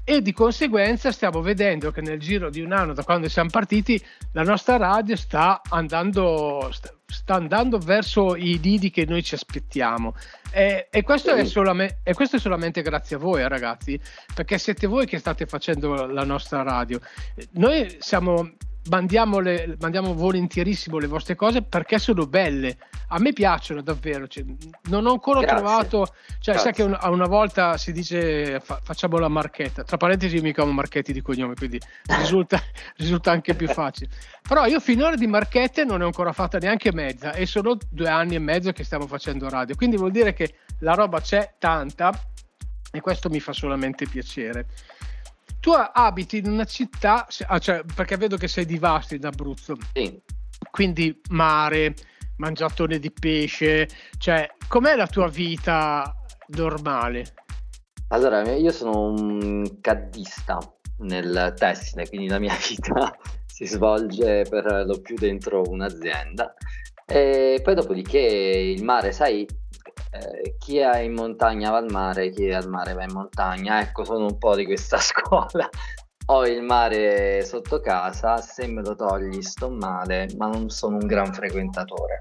e di conseguenza stiamo vedendo che nel giro di un anno da quando siamo partiti la nostra radio sta andando verso i lidi che noi ci aspettiamo, e questo è solamente grazie a voi, ragazzi, perché siete voi che state facendo la nostra radio. Noi mandiamo volentierissimo le vostre cose perché sono belle, a me piacciono davvero, cioè, non ho ancora trovato, cioè sai che una volta si dice facciamo la marchetta, tra parentesi io mi chiamo Marchetti di cognome, quindi risulta anche più facile, però io finora di marchette non ne ho ancora fatta neanche mezza e sono 2 anni e mezzo che stiamo facendo radio, quindi vuol dire che la roba c'è tanta e questo mi fa solamente piacere. Tu abiti in una città, cioè, perché vedo che sei di Vasto in Abruzzo, sì. Quindi mare, mangiatone di pesce, cioè com'è la tua vita normale? Allora, io sono un caddista nel tessile, quindi la mia vita si svolge per lo più dentro un'azienda, e poi dopodiché il mare, sai, chi è in montagna va al mare, chi è al mare va in montagna. Ecco, sono un po' di questa scuola. Ho il mare sotto casa, se me lo togli sto male, ma non sono un gran frequentatore.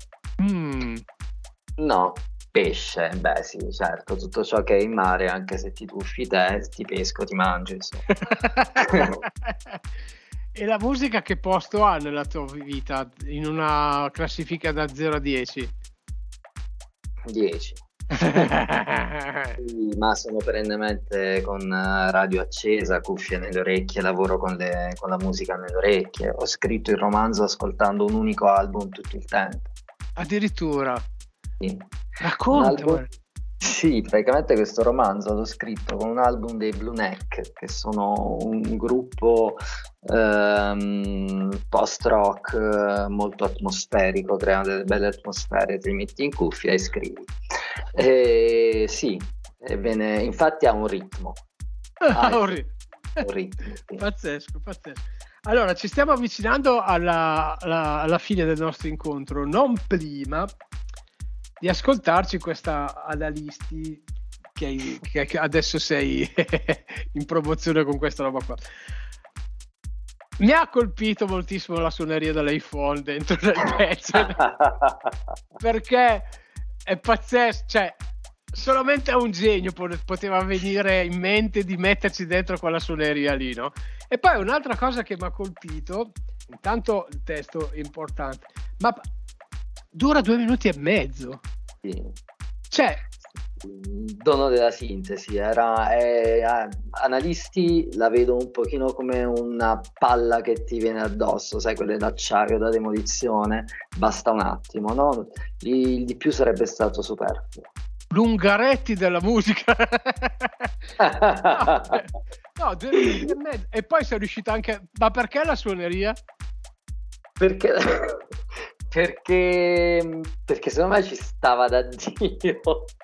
No, pesce, beh sì, certo, tutto ciò che è in mare, anche se ti tuffi te, ti pesco, ti mangio, insomma. E la musica che posto ha nella tua vita in una classifica da 0 a 10? 10. Sì, ma sono perennemente con radio accesa, cuffie nelle orecchie, lavoro con la musica nelle orecchie. Ho scritto il romanzo ascoltando un unico album tutto il tempo. Addirittura? Sì. Racconta. Sì, praticamente questo romanzo l'ho scritto con un album dei Blue Neck, che sono un gruppo post-rock molto atmosferico, crea delle belle atmosfere, ti metti in cuffia e scrivi. Sì, ebbene, infatti ha un ritmo. Un ritmo, sì. Pazzesco. Allora, ci stiamo avvicinando alla fine del nostro incontro, non prima di ascoltarci questa Analisti che adesso sei in promozione con questa roba qua. Mi ha colpito moltissimo la suoneria dell'iPhone dentro nel pezzo perché è pazzesco, cioè solamente a un genio poteva venire in mente di metterci dentro quella suoneria lì, no? E poi un'altra cosa che mi ha colpito, intanto il testo è importante, ma dura 2 minuti e mezzo. Sì. Cioè, il dono della sintesi Analisti la vedo un pochino come una palla che ti viene addosso, sai, quelle d'acciario da demolizione, basta un attimo, no? Il di più sarebbe stato superfluo. Lungaretti della musica. No, 2 minuti e mezzo. E poi sei riuscito anche, ma perché la suoneria? Perché secondo me ci stava da Dio.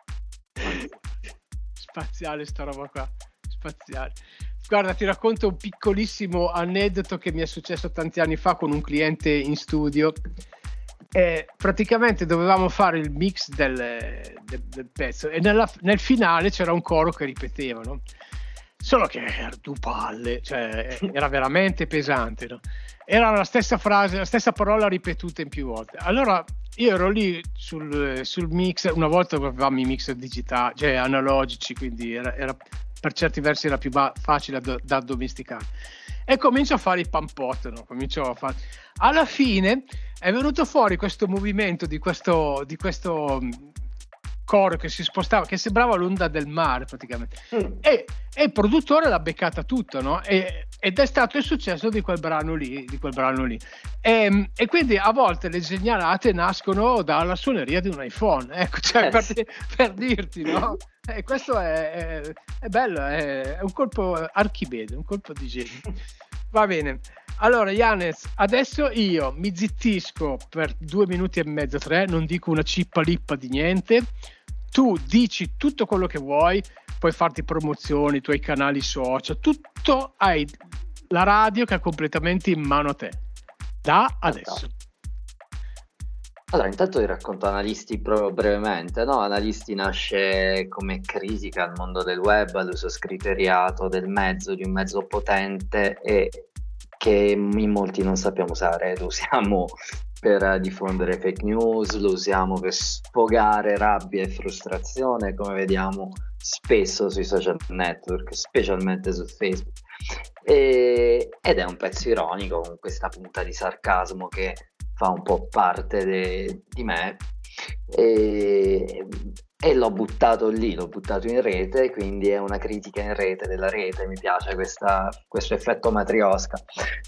Spaziale sta roba qua, spaziale. Guarda, ti racconto un piccolissimo aneddoto che mi è successo tanti anni fa con un cliente in studio. Praticamente dovevamo fare il mix del pezzo e nel finale c'era un coro che ripeteva, no? Solo che era 2 palle, cioè era veramente pesante, no? Era la stessa frase, la stessa parola ripetuta in più volte. Allora io ero lì sul mix, una volta avevamo i mix digitali, cioè analogici, quindi era per certi versi era più facile da addomesticare. E comincio a fare i pampot, no? Alla fine è venuto fuori questo movimento di questo coro che si spostava, che sembrava l'onda del mare praticamente, e il produttore l'ha beccata tutta, no? Ed è stato il successo di quel brano lì. E quindi a volte le genialate nascono dalla suoneria di un iPhone, ecco, cioè per dirti, no? E questo è bello, è un colpo Archimede, un colpo di genio. Va bene, allora Yanez, adesso io mi zittisco per 2 minuti e mezzo, 3, non dico una cippa lippa di niente. Tu dici tutto quello che vuoi, puoi farti promozioni, i tuoi canali social, tutto, hai la radio che è completamente in mano a te, da adesso. Allora, intanto vi racconto Analisti proprio brevemente, no? Analisti nasce come critica al mondo del web, all'uso scriteriato del mezzo, di un mezzo potente e che in molti non sappiamo usare. Lo usiamo per diffondere fake news, lo usiamo per sfogare rabbia e frustrazione, come vediamo spesso sui social network, specialmente su Facebook. Ed è un pezzo ironico con questa punta di sarcasmo che fa un po' parte di me e l'ho buttato lì, l'ho buttato in rete, quindi è una critica in rete della rete. Mi piace questo effetto matriosca.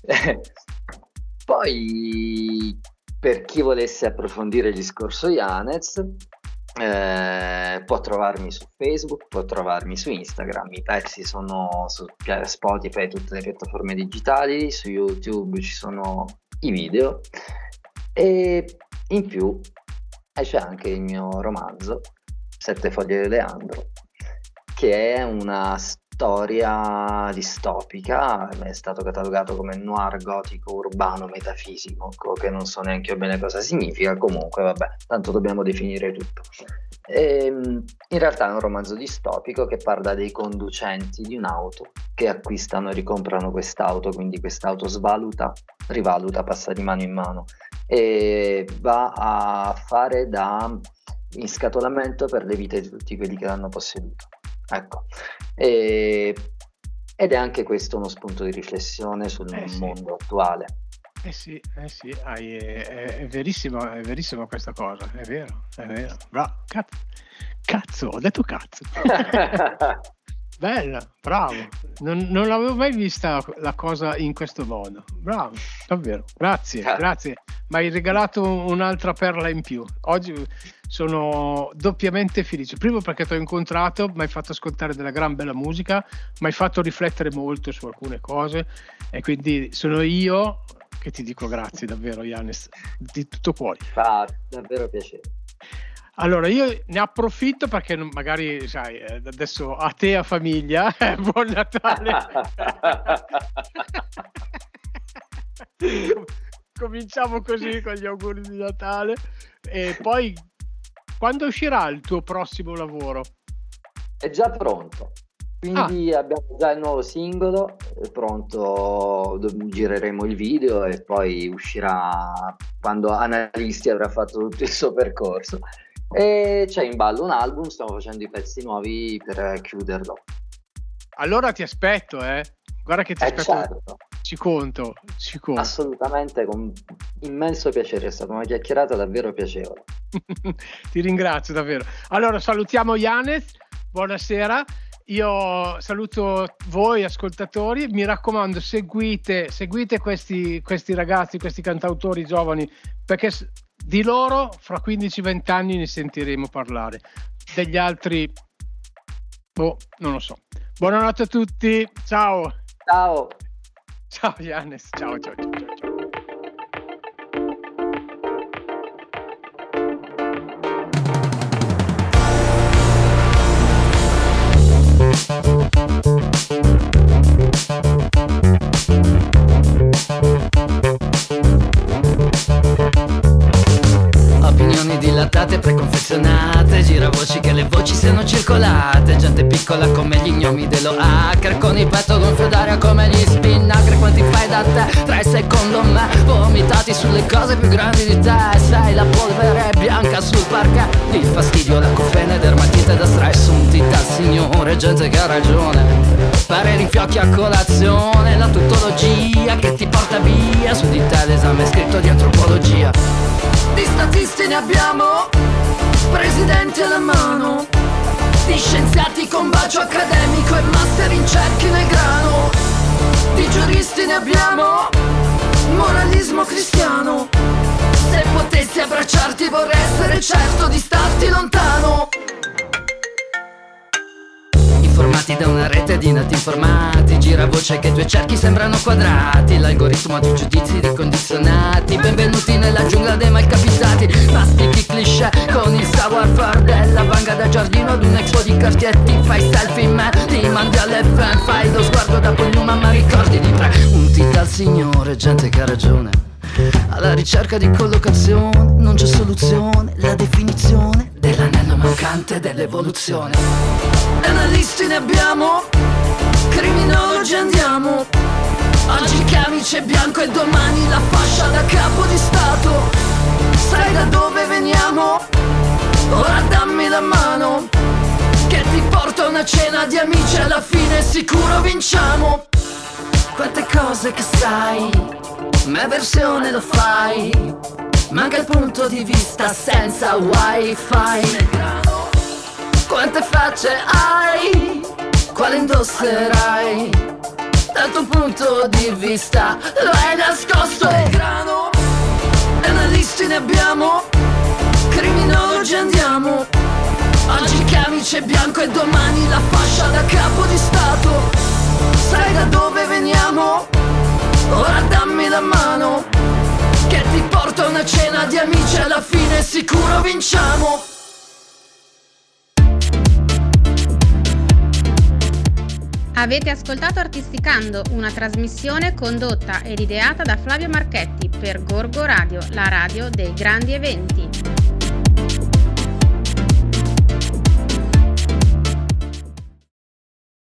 Poi, per chi volesse approfondire il discorso Yanez, può trovarmi su Facebook, può trovarmi su Instagram. I pezzi sono su Spotify e tutte le piattaforme digitali, su YouTube ci sono i video e in più c'è anche il mio romanzo Sette foglie di Leandro, che è una storia distopica, è stato catalogato come noir gotico urbano metafisico, che non so neanche io bene cosa significa. Comunque vabbè, tanto dobbiamo definire tutto. In realtà è un romanzo distopico che parla dei conducenti di un'auto che acquistano e ricomprano quest'auto, quindi quest'auto svaluta, rivaluta, passa di mano in mano e va a fare da inscatolamento per le vite di tutti quelli che l'hanno posseduto. Ecco, ed è anche questo uno spunto di riflessione sul mondo attuale. Sì, è verissimo questa cosa, è vero. Bravo, cazzo, ho detto cazzo. Bella, bravo, non l'avevo mai vista la cosa in questo modo, bravo, davvero, grazie, mi hai regalato un'altra perla in più. Oggi sono doppiamente felice, primo perché ti ho incontrato, mi hai fatto ascoltare della gran bella musica, mi hai fatto riflettere molto su alcune cose e quindi sono io che ti dico grazie davvero, Yanez, di tutto cuore. Fa davvero piacere. Allora io ne approfitto perché magari sai adesso a te a famiglia buon Natale. Cominciamo così con gli auguri di Natale e poi quando uscirà il tuo prossimo lavoro? È già pronto, quindi abbiamo già il nuovo singolo, è pronto, gireremo il video e poi uscirà quando Analisti avrà fatto tutto il suo percorso. E c'è in ballo un album, stiamo facendo i pezzi nuovi per chiuderlo. Allora ti aspetto, guarda che ti aspetto. Certo. Ci conto. Assolutamente, con immenso piacere, è stata una chiacchierata davvero piacevole. Ti ringrazio davvero. Allora salutiamo Yanez, buonasera. Io saluto voi ascoltatori, mi raccomando seguite questi ragazzi, questi cantautori giovani, perché di loro fra 15-20 anni ne sentiremo parlare. Degli altri non lo so. Buonanotte a tutti, ciao Yanez, ciao. Opinioni dilatate, preconfezionate, gira voci che le voci siano circolate. Gente piccola come gli gnomi dello hacker, con il petto gonfio d'aria come gli spinacre. Quanti fai da te? 3 secondo me, vomitati sulle cose più grandi di te. Sei la polvere bianca sul parquet, il fastidio, la cofene, dermatite da stress. Unti dal signore, gente che ha ragione, fare rinfiocchi a colazione. La tutologia che ti porta via, su di te l'esame scritto di antropologia. Di statisti ne abbiamo, presidenti alla mano, di scienziati con bacio accademico e master in cerchi nel grano. Di giuristi ne abbiamo, moralismo cristiano. Se potessi abbracciarti vorrei essere certo di starti lontano. Informati da una rete di nati informati, gira voce che i tuoi cerchi sembrano quadrati. L'algoritmo ha dei giudizi ricondizionati. Benvenuti nella giungla dei malcapitati. Mastichi cliché con il savoir-faire della vanga da giardino ad un expo di Cartietti. Fai selfie in me, ti mandi alle fan, fai lo sguardo da Pognuma ma ricordi di pre. Unti dal signore, gente che ha ragione, alla ricerca di collocazione, non c'è soluzione, la definizione dell'anello mancante dell'evoluzione. Analisti ne abbiamo, criminologi andiamo, oggi camice bianco e domani la fascia da capo di stato. Sai da dove veniamo? Ora dammi la mano, che ti porto a una cena di amici, alla fine sicuro vinciamo. Quante cose che sai, ma versione lo fai, manca il punto di vista senza wifi. Quante facce hai, quale indosserai, dal tuo punto di vista lo hai nascosto. Analisti ne abbiamo, criminologi andiamo, oggi camice bianco e domani la fascia da capo di stato. Sai da dove veniamo? Ora dammi la mano, che ti porto a una cena di amici, alla fine sicuro vinciamo. Avete ascoltato Artisticando, una trasmissione condotta ed ideata da Flavio Marchetti per Gorgo Radio, la radio dei grandi eventi.